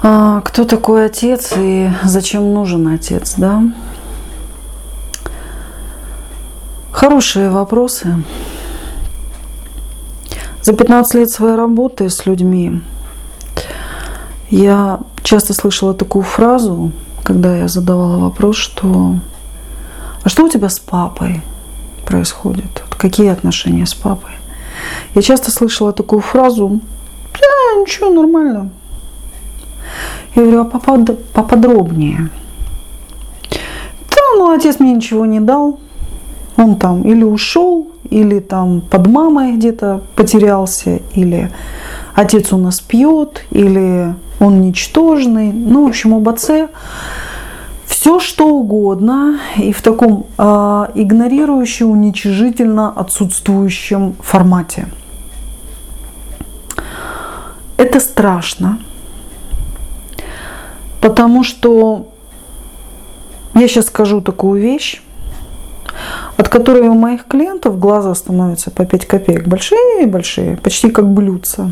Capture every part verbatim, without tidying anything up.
А, кто такой отец и зачем нужен отец, да? Хорошие вопросы. За пятнадцать лет своей работы с людьми я часто слышала такую фразу, когда я задавала вопрос, что «А что у тебя с папой происходит? Какие отношения с папой?» Я часто слышала такую фразу «Да, ничего, нормально». Я говорю, а поподробнее? Да, ну отец мне ничего не дал. Он там или ушел, или там под мамой где-то потерялся, или отец у нас пьет, или он ничтожный. Ну, в общем, об отце все что угодно и в таком э, игнорирующем, уничижительно отсутствующем формате. Это страшно, потому что я сейчас скажу такую вещь, от которой у моих клиентов глаза становятся по пять копеек. Большие-большие, почти как блюдца.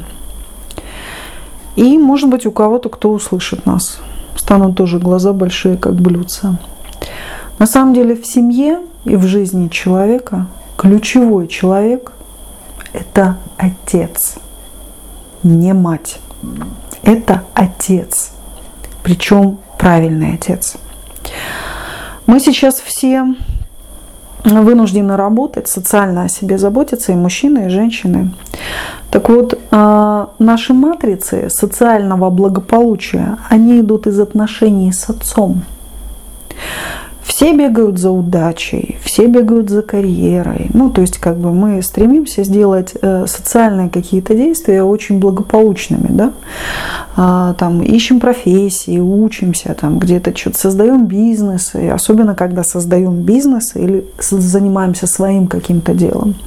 И, может быть, у кого-то, кто услышит нас, станут тоже глаза большие, как блюдца. На самом деле в семье и в жизни человека ключевой человек – это отец, не мать. Это отец, причем правильный отец. Мы сейчас все вынуждены работать, социально о себе заботиться, и мужчины, и женщины. Так вот, наши матрицы социального благополучия, они идут из отношений с отцом. Все бегают за удачей, все бегают за карьерой. Ну, то есть, как бы мы стремимся сделать социальные какие-то действия очень благополучными, да? Там ищем профессии, учимся, там где-то что-то создаем бизнес, и особенно когда создаем бизнес или занимаемся своим каким-то делом.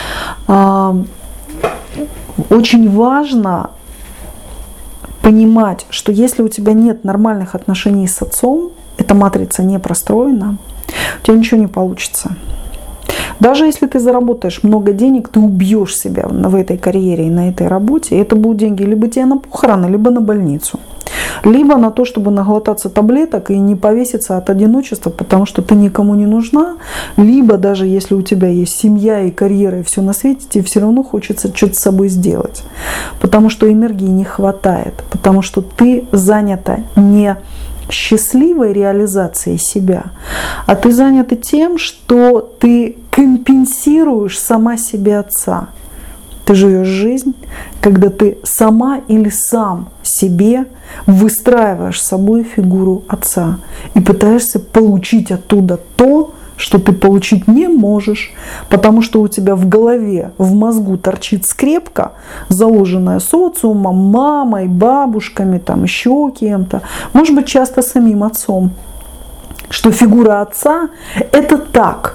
Очень важно понимать, что если у тебя нет нормальных отношений с отцом, эта матрица не простроена, у тебя ничего не получится. Даже если ты заработаешь много денег, ты убьешь себя в этой карьере и на этой работе. И это будут деньги либо тебе на похороны, либо на больницу. Либо на то, чтобы наглотаться таблеток и не повеситься от одиночества, потому что ты никому не нужна. Либо даже если у тебя есть семья и карьера и все на свете, тебе все равно хочется что-то с собой сделать. Потому что энергии не хватает. Потому что ты занята не счастливой реализацией себя, а ты занята тем, что ты компенсируешь сама себе отца. Ты живешь жизнь, когда ты сама или сам себе выстраиваешь с собой фигуру отца и пытаешься получить оттуда то, что ты получить не можешь, потому что у тебя в голове, в мозгу торчит скрепка, заложенная социумом, мамой, бабушками, там еще кем-то, может быть, часто самим отцом, что фигура отца – это так,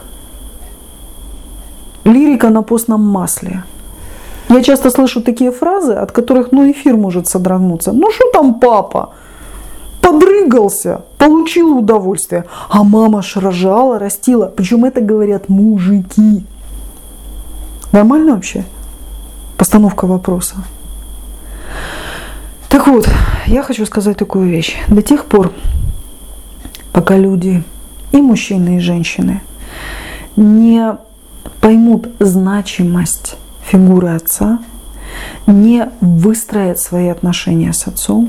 лирика на постном масле. Я часто слышу такие фразы, от которых ну, эфир может содрогнуться. Ну что там папа? Подрыгался, получил удовольствие. А мама ж рожала, растила. Причем это говорят мужики. Нормально вообще? Постановка вопроса. Так вот, я хочу сказать такую вещь. До тех пор, пока люди, и мужчины, и женщины, не поймут значимость фигуры отца, не выстроят свои отношения с отцом,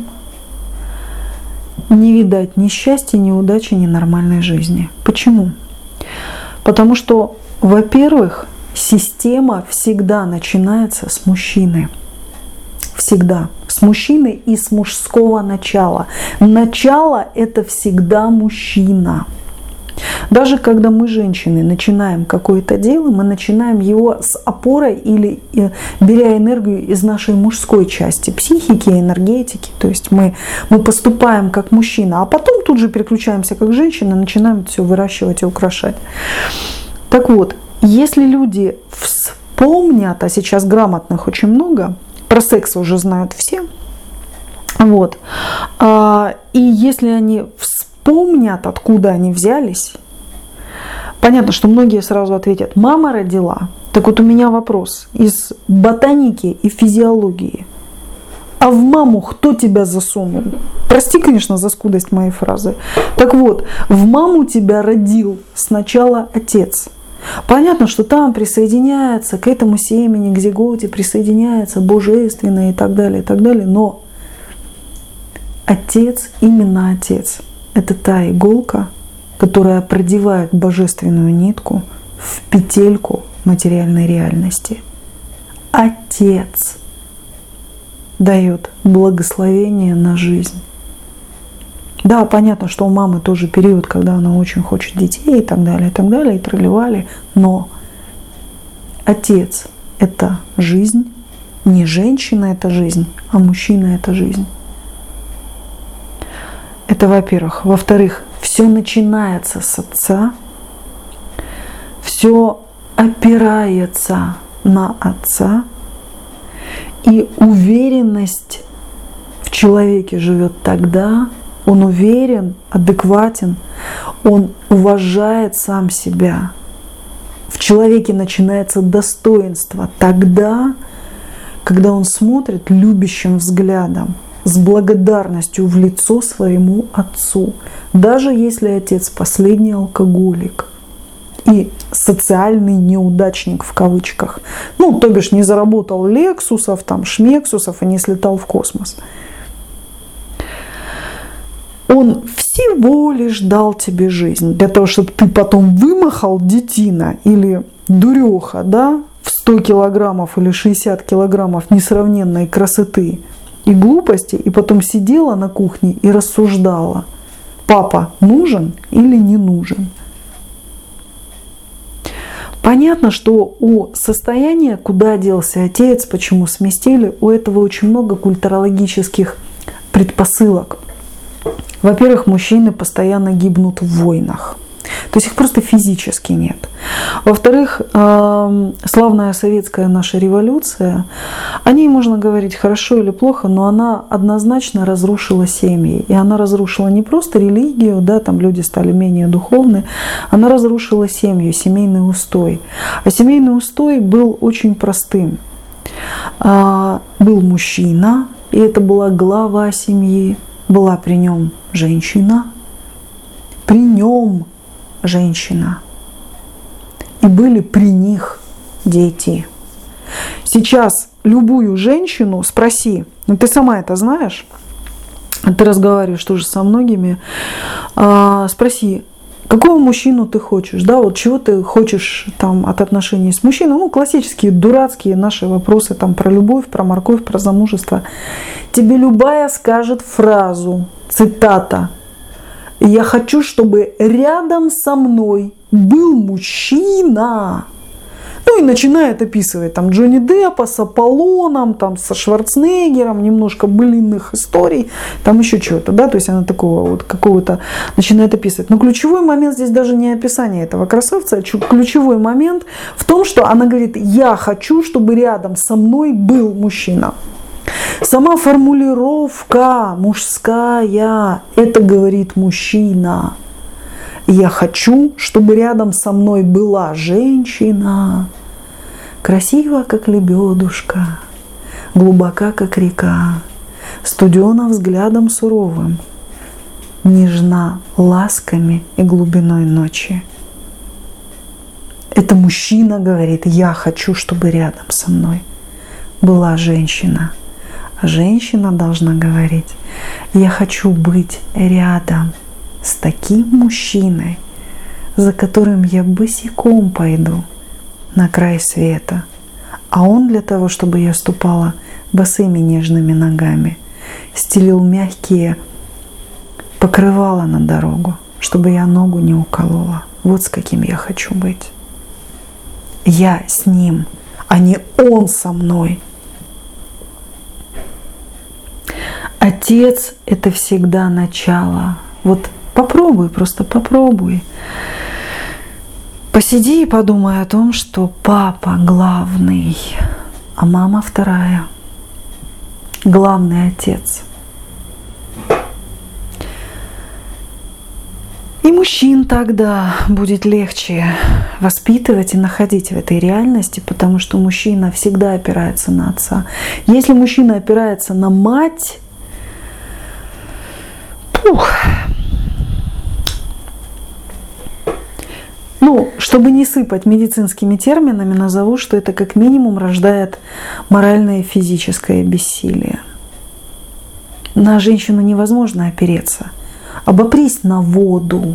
не видать ни счастья, ни удачи, ни нормальной жизни. Почему? Потому что, во-первых, система всегда начинается с мужчины. Всегда. С мужчины и с мужского начала. Начало – это всегда мужчина. Даже когда мы, женщины, начинаем какое-то дело, мы начинаем его с опорой или беря энергию из нашей мужской части, психики, энергетики. То есть мы, мы поступаем как мужчина, а потом тут же переключаемся как женщина и начинаем все выращивать и украшать. Так вот, если люди вспомнят, а сейчас грамотных очень много, про секс уже знают все, вот, и если они вспомнят, помнят, откуда они взялись. Понятно, что многие сразу ответят, мама родила. Так вот у меня вопрос из ботаники и физиологии. А в маму кто тебя засунул? Прости, конечно, за скудость моей фразы. Так вот, в маму тебя родил сначала отец. Понятно, что там присоединяется к этому семени, к зиготе, присоединяется божественное и так далее, и так далее. Но отец, именно отец, это та иголка, которая продевает божественную нитку в петельку материальной реальности. Отец дает благословение на жизнь. Да, понятно, что у мамы тоже период, когда она очень хочет детей и так далее, и так далее, и тролливали, но отец – это жизнь, не женщина – это жизнь, а мужчина – это жизнь. Это во-первых. Во-вторых, все начинается с отца, все опирается на отца, и уверенность в человеке живет тогда, он уверен, адекватен, он уважает сам себя. В человеке начинается достоинство тогда, когда он смотрит любящим взглядом, с благодарностью в лицо своему отцу. Даже если отец последний алкоголик и социальный неудачник в кавычках. Ну, то бишь не заработал лексусов, там, шмексусов и не слетал в космос. Он всего лишь дал тебе жизнь для того, чтобы ты потом вымахал детина или дуреха, да, в сто килограммов или шестьдесят килограммов несравненной красоты и глупости, и потом сидела на кухне и рассуждала, папа нужен или не нужен. Понятно, что у состояния, куда делся отец, почему сместили, у этого очень много культурологических предпосылок. Во-первых, мужчины постоянно гибнут в войнах. То есть их просто физически нет. Во-вторых, славная советская наша революция, о ней можно говорить хорошо или плохо, но она однозначно разрушила семьи. И она разрушила не просто религию, да, там люди стали менее духовны, она разрушила семью, семейный устой. А семейный устой был очень простым. Был мужчина, и это была глава семьи, была при нем женщина, при нем женщина. И были при них дети. Сейчас любую женщину спроси, ну ты сама это знаешь, ты разговариваешь тоже со многими, а, спроси, какого мужчину ты хочешь, да, вот чего ты хочешь там от отношений с мужчиной, ну классические дурацкие наши вопросы там про любовь, про морковь, про замужество. Тебе любая скажет фразу, цитата: «Я хочу, чтобы рядом со мной был мужчина». Ну и начинает описывать там Джонни Деппа с Аполлоном, там со Шварценеггером, немножко былинных историй, там еще чего-то, да, то есть она такого вот какого-то начинает описывать. Но ключевой момент здесь даже не описание этого красавца, а ключевой момент в том, что она говорит: я хочу, чтобы рядом со мной был мужчина. Сама формулировка мужская, это говорит мужчина. Я хочу, чтобы рядом со мной была женщина, красива, как лебедушка, глубока, как река, студена взглядом суровым, нежна ласками и глубиной ночи. Это мужчина говорит: я хочу, чтобы рядом со мной была женщина. А женщина должна говорить: я хочу быть рядом с таким мужчиной, за которым я босиком пойду на край света, а он для того, чтобы я ступала босыми нежными ногами, стелил мягкие покрывала на дорогу, чтобы я ногу не уколола. Вот с каким я хочу быть. Я с ним, а не он со мной. Отец – это всегда начало. Вот попробуй, просто попробуй. Посиди и подумай о том, что папа главный, а мама вторая. Главный отец. И мужчин тогда будет легче воспитывать и находить в этой реальности, потому что мужчина всегда опирается на отца. Если мужчина опирается на мать, Чтобы не сыпать медицинскими терминами, назову, что это как минимум рождает моральное и физическое бессилие. На женщину невозможно опереться. Обопрись на воду.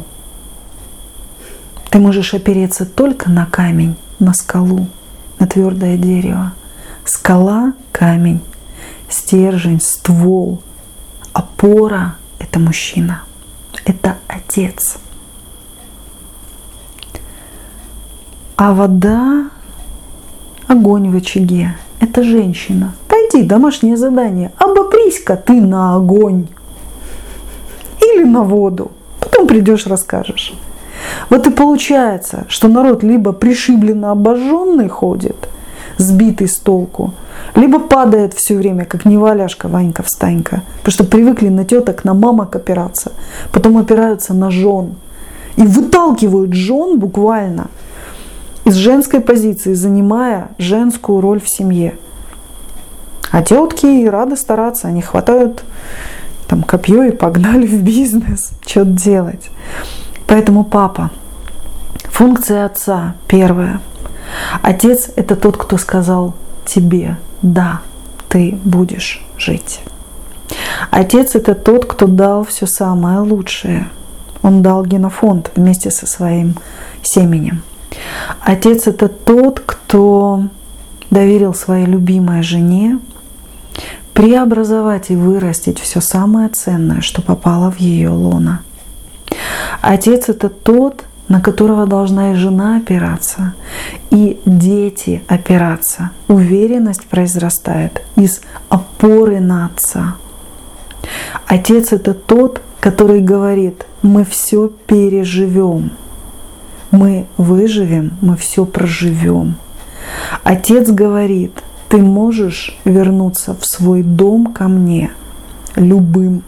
Ты можешь опереться только на камень, на скалу, на твердое дерево. Скала, камень, стержень, ствол, опора – это мужчина, это отец. А вода, огонь в очаге – это женщина. Пойди, домашнее задание, обопрись-ка ты на огонь или на воду. Потом придешь, расскажешь. Вот и получается, что народ либо пришибленно обожженный ходит, сбитый с толку, либо падает все время, как неваляшка Ванька встанька, потому что привыкли на теток, на мамок опираться, потом опираются на жен и выталкивают жен буквально из женской позиции, занимая женскую роль в семье. А тетки рады стараться, они хватают там копье и погнали в бизнес, что делать. Поэтому папа, функция отца первая. Отец – это тот, кто сказал тебе: да, ты будешь жить. Отец – это тот, кто дал все самое лучшее. Он дал генофонд вместе со своим семенем. Отец – это тот, кто доверил своей любимой жене преобразовать и вырастить все самое ценное, что попало в ее лоно. Отец – это тот, на которого должна и жена опираться, и дети опираться. Уверенность произрастает из опоры на отца. Отец – это тот, который говорит: мы все переживем, мы выживем, мы все проживем. Отец говорит: ты можешь вернуться в свой дом ко мне любым.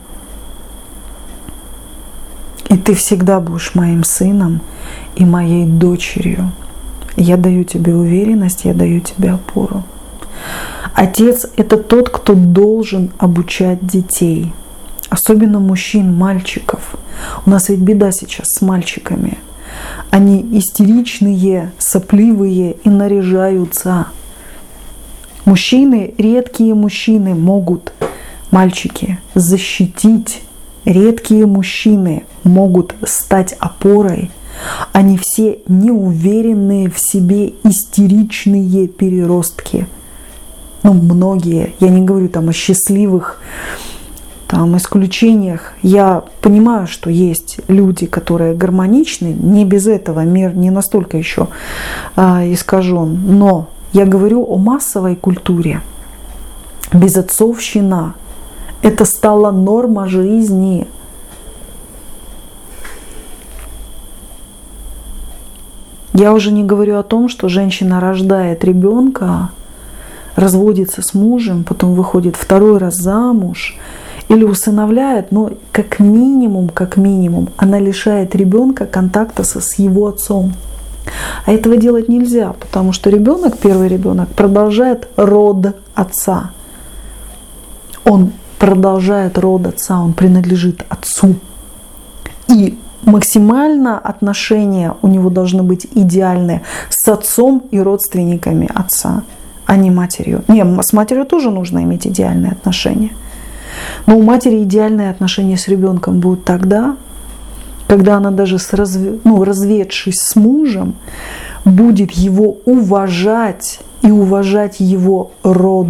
И ты всегда будешь моим сыном и моей дочерью. Я даю тебе уверенность, я даю тебе опору. Отец – это тот, кто должен обучать детей, особенно мужчин, мальчиков. У нас ведь беда сейчас с мальчиками. Они истеричные, сопливые и наряжаются. Мужчины, редкие мужчины могут, мальчики, защитить. Редкие мужчины могут стать опорой. Они все неуверенные в себе, истеричные переростки. Ну, многие. Я не говорю там о счастливых там, исключениях. Я понимаю, что есть люди, которые гармоничны. Не без этого мир не настолько еще а, искажен. Но я говорю о массовой культуре. Безотцовщина. Это стала норма жизни. Я уже не говорю о том, что женщина рождает ребенка, разводится с мужем, потом выходит второй раз замуж или усыновляет, но как минимум, как минимум, она лишает ребенка контакта со, с его отцом. А этого делать нельзя, потому что ребенок, первый ребенок, продолжает род отца. Он продолжает род отца, он принадлежит отцу. И максимально отношения у него должны быть идеальные с отцом и родственниками отца, а не матерью. Не, с матерью тоже нужно иметь идеальные отношения. Но у матери идеальные отношения с ребенком будут тогда, когда она даже с разве, ну, разведшись с мужем, будет его уважать и уважать его род.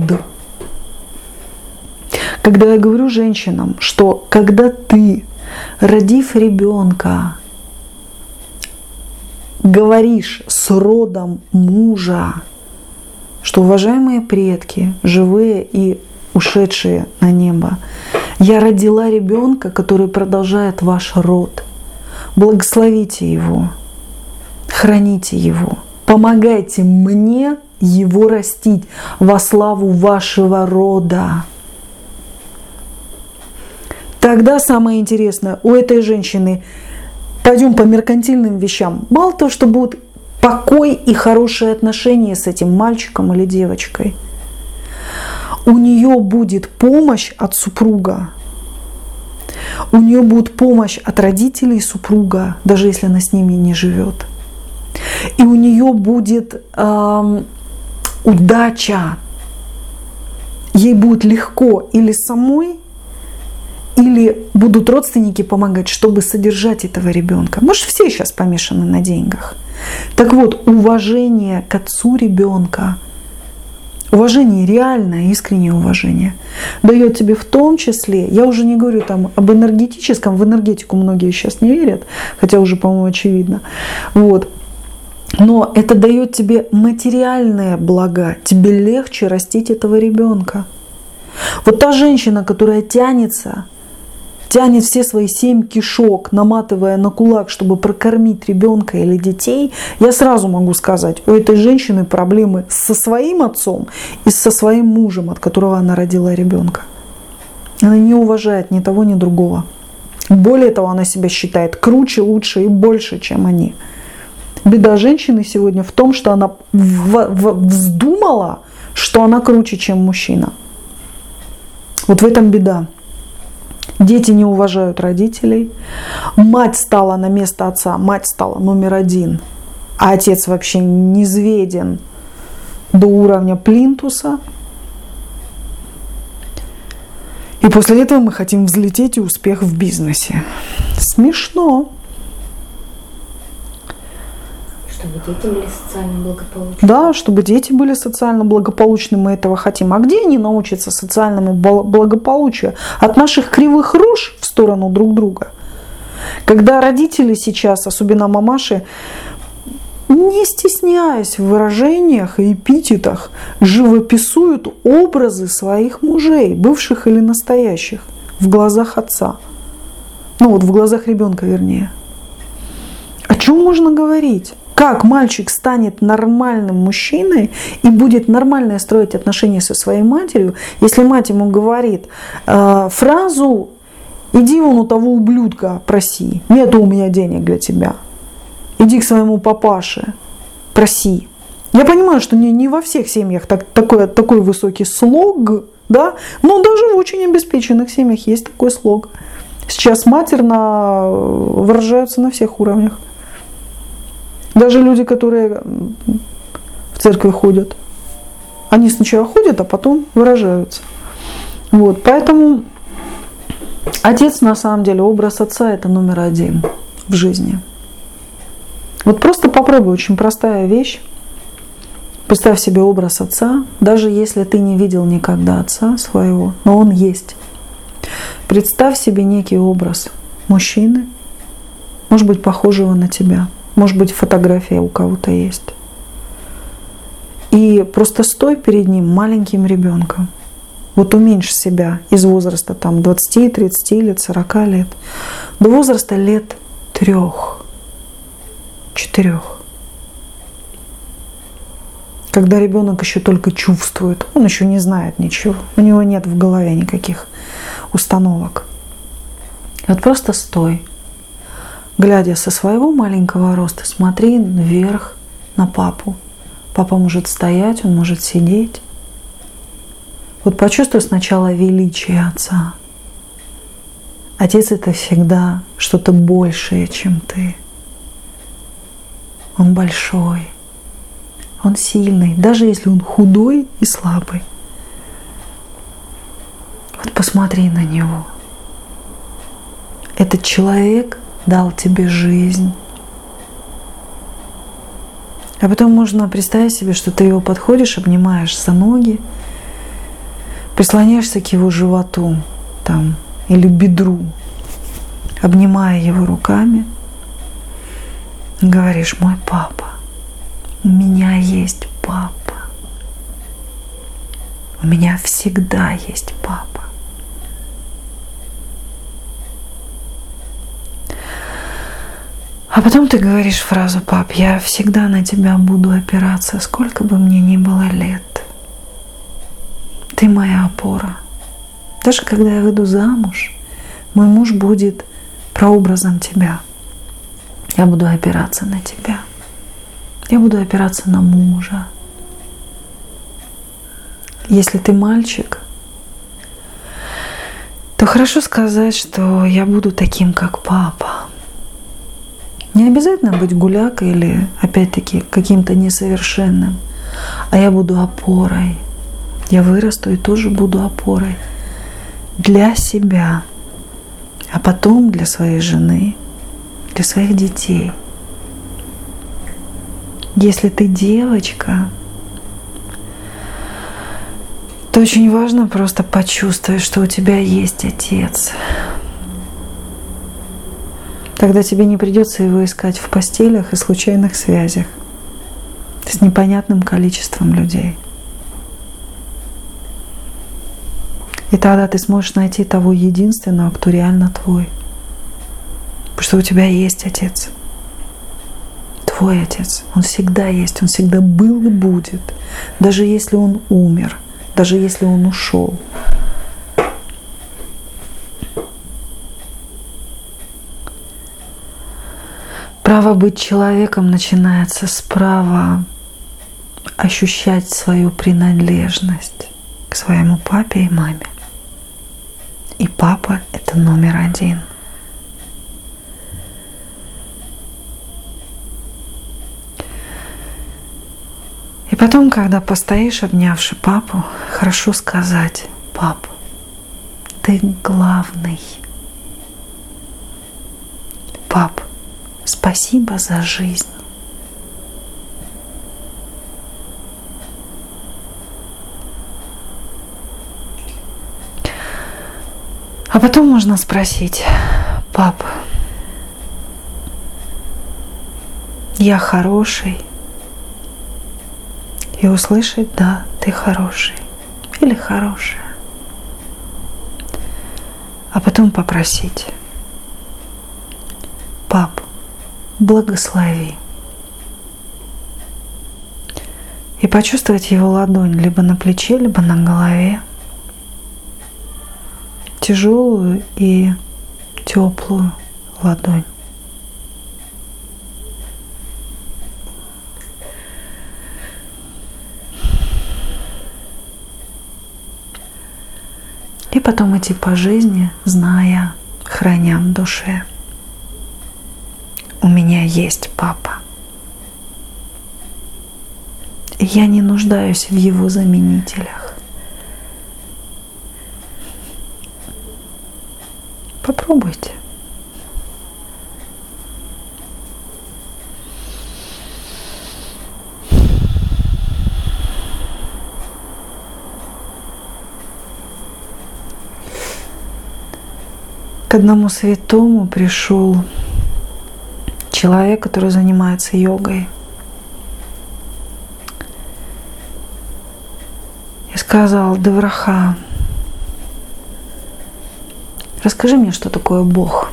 Когда я говорю женщинам, что когда ты, родив ребенка, говоришь с родом мужа, что, уважаемые предки, живые и ушедшие на небо, я родила ребенка, который продолжает ваш род. Благословите его, храните его, помогайте мне его растить во славу вашего рода. Тогда самое интересное, у этой женщины, пойдем по меркантильным вещам, мало того, что будут покой и хорошие отношения с этим мальчиком или девочкой, у нее будет помощь от супруга, у нее будет помощь от родителей супруга, даже если она с ними не живет. И у нее будет э, удача. Ей будет легко или самой, или будут родственники помогать, чтобы содержать этого ребенка. Может, все сейчас помешаны на деньгах. Так вот, уважение к отцу ребенка, уважение, реальное, искреннее уважение, дает тебе в том числе, я уже не говорю там об энергетическом, в энергетику многие сейчас не верят, хотя уже, по-моему, очевидно. Вот. Но это дает тебе материальные блага, тебе легче растить этого ребенка. Вот та женщина, которая тянется, тянет все свои семь кишок, наматывая на кулак, чтобы прокормить ребенка или детей, я сразу могу сказать, у этой женщины проблемы со своим отцом и со своим мужем, от которого она родила ребенка. Она не уважает ни того, ни другого. Более того, она себя считает круче, лучше и больше, чем они. Беда женщины сегодня в том, что она в- в- вздумала, что она круче, чем мужчина. Вот в этом беда. Дети не уважают родителей. Мать стала на место отца, мать стала номер один. А отец вообще низведен до уровня плинтуса. И после этого мы хотим взлететь и успех в бизнесе. Смешно. Чтобы дети были социально благополучны. Да, чтобы дети были социально благополучны, мы этого хотим. А где они научатся социальному благополучию? От наших кривых рож в сторону друг друга. Когда родители сейчас, особенно мамаши, не стесняясь в выражениях и эпитетах, живописуют образы своих мужей, бывших или настоящих, в глазах отца. Ну вот в глазах ребенка, вернее. О чем можно говорить? Как мальчик станет нормальным мужчиной и будет нормально строить отношения со своей матерью, если мать ему говорит э, фразу «иди вон у того ублюдка проси, нету у меня денег для тебя, иди к своему папаше, проси». Я понимаю, что не, не во всех семьях так, такой, такой высокий слог, да? Но даже в очень обеспеченных семьях есть такой слог. Сейчас матерно выражаются на всех уровнях. Даже люди, которые в церкви ходят, они сначала ходят, а потом выражаются. Вот, поэтому отец, на самом деле, образ отца – это номер один в жизни. Вот просто попробуй, очень простая вещь. Представь себе образ отца, даже если ты не видел никогда отца своего, но он есть. Представь себе некий образ мужчины, может быть, похожего на тебя. Может быть, фотография у кого-то есть. И просто стой перед ним маленьким ребенком. Вот уменьшь себя из возраста там, двадцати, тридцати лет, сорока лет до возраста лет трех, четырех. Когда ребенок еще только чувствует, он еще не знает ничего, у него нет в голове никаких установок. И вот просто стой. Глядя со своего маленького роста, смотри вверх на папу. Папа может стоять, он может сидеть. Вот почувствуй сначала величие отца. Отец – это всегда что-то большее, чем ты. Он большой, он сильный, даже если он худой и слабый. Вот посмотри на него. Этот человек дал тебе жизнь. А потом можно представить себе, что ты его подходишь, обнимаешь за ноги, прислоняешься к его животу там, или бедру, обнимая его руками, говоришь: мой папа, у меня есть папа, у меня всегда есть папа. А потом ты говоришь фразу: пап, я всегда на тебя буду опираться, сколько бы мне ни было лет. Ты моя опора. Даже когда я выйду замуж, мой муж будет прообразом тебя. Я буду опираться на тебя. Я буду опираться на мужа. Если ты мальчик, то хорошо сказать, что я буду таким, как папа. Не обязательно быть гулякой или, опять-таки, каким-то несовершенным. А я буду опорой. Я вырасту и тоже буду опорой для себя, а потом для своей жены, для своих детей. Если ты девочка, то очень важно просто почувствовать, что у тебя есть отец. Тогда тебе не придется его искать в постелях и случайных связях с непонятным количеством людей. И тогда ты сможешь найти того единственного, кто реально твой. Потому что у тебя есть отец. Твой отец. Он всегда есть, он всегда был и будет. Даже если он умер, даже если он ушел. Право быть человеком начинается с права ощущать свою принадлежность к своему папе и маме. И папа – это номер один. И потом, когда постоишь, обнявши папу, хорошо сказать: пап, ты главный. Пап, спасибо за жизнь. А потом можно спросить: пап, я хороший? И услышать: да, ты хороший или хорошая. А потом попросить: пап, благослови. И почувствовать его ладонь либо на плече, либо на голове. Тяжелую и теплую ладонь. И потом идти по жизни, зная, храня в душе: у меня есть папа. И я не нуждаюсь в его заменителях. Попробуйте. К одному святому пришел человек, который занимается йогой. И сказал: Девраха, расскажи мне, что такое Бог.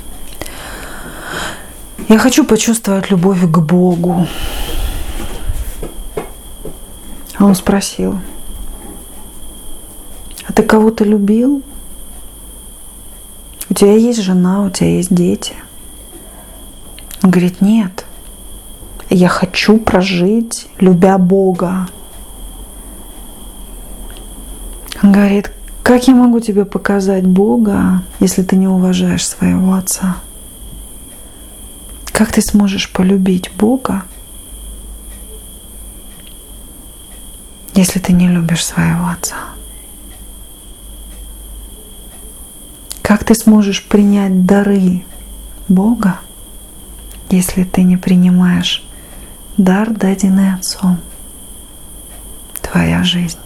Я хочу почувствовать любовь к Богу. А он спросил: а ты кого-то любил? У тебя есть жена, у тебя есть дети? Он говорит: нет. Я хочу прожить, любя Бога. Он говорит: как я могу тебе показать Бога, если ты не уважаешь своего отца? Как ты сможешь полюбить Бога, если ты не любишь своего отца? Как ты сможешь принять дары Бога, если ты не принимаешь дар, даденный Отцом? Твоя жизнь.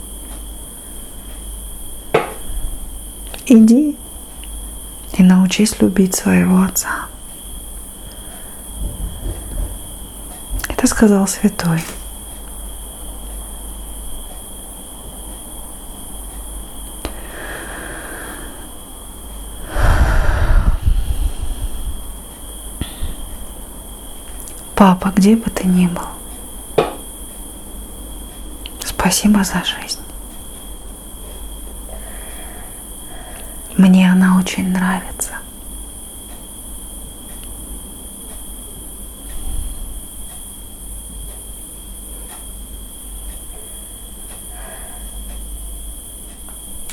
Иди и научись любить своего отца. Это сказал святой. Папа, где бы ты ни был, спасибо за жизнь. Мне она очень нравится.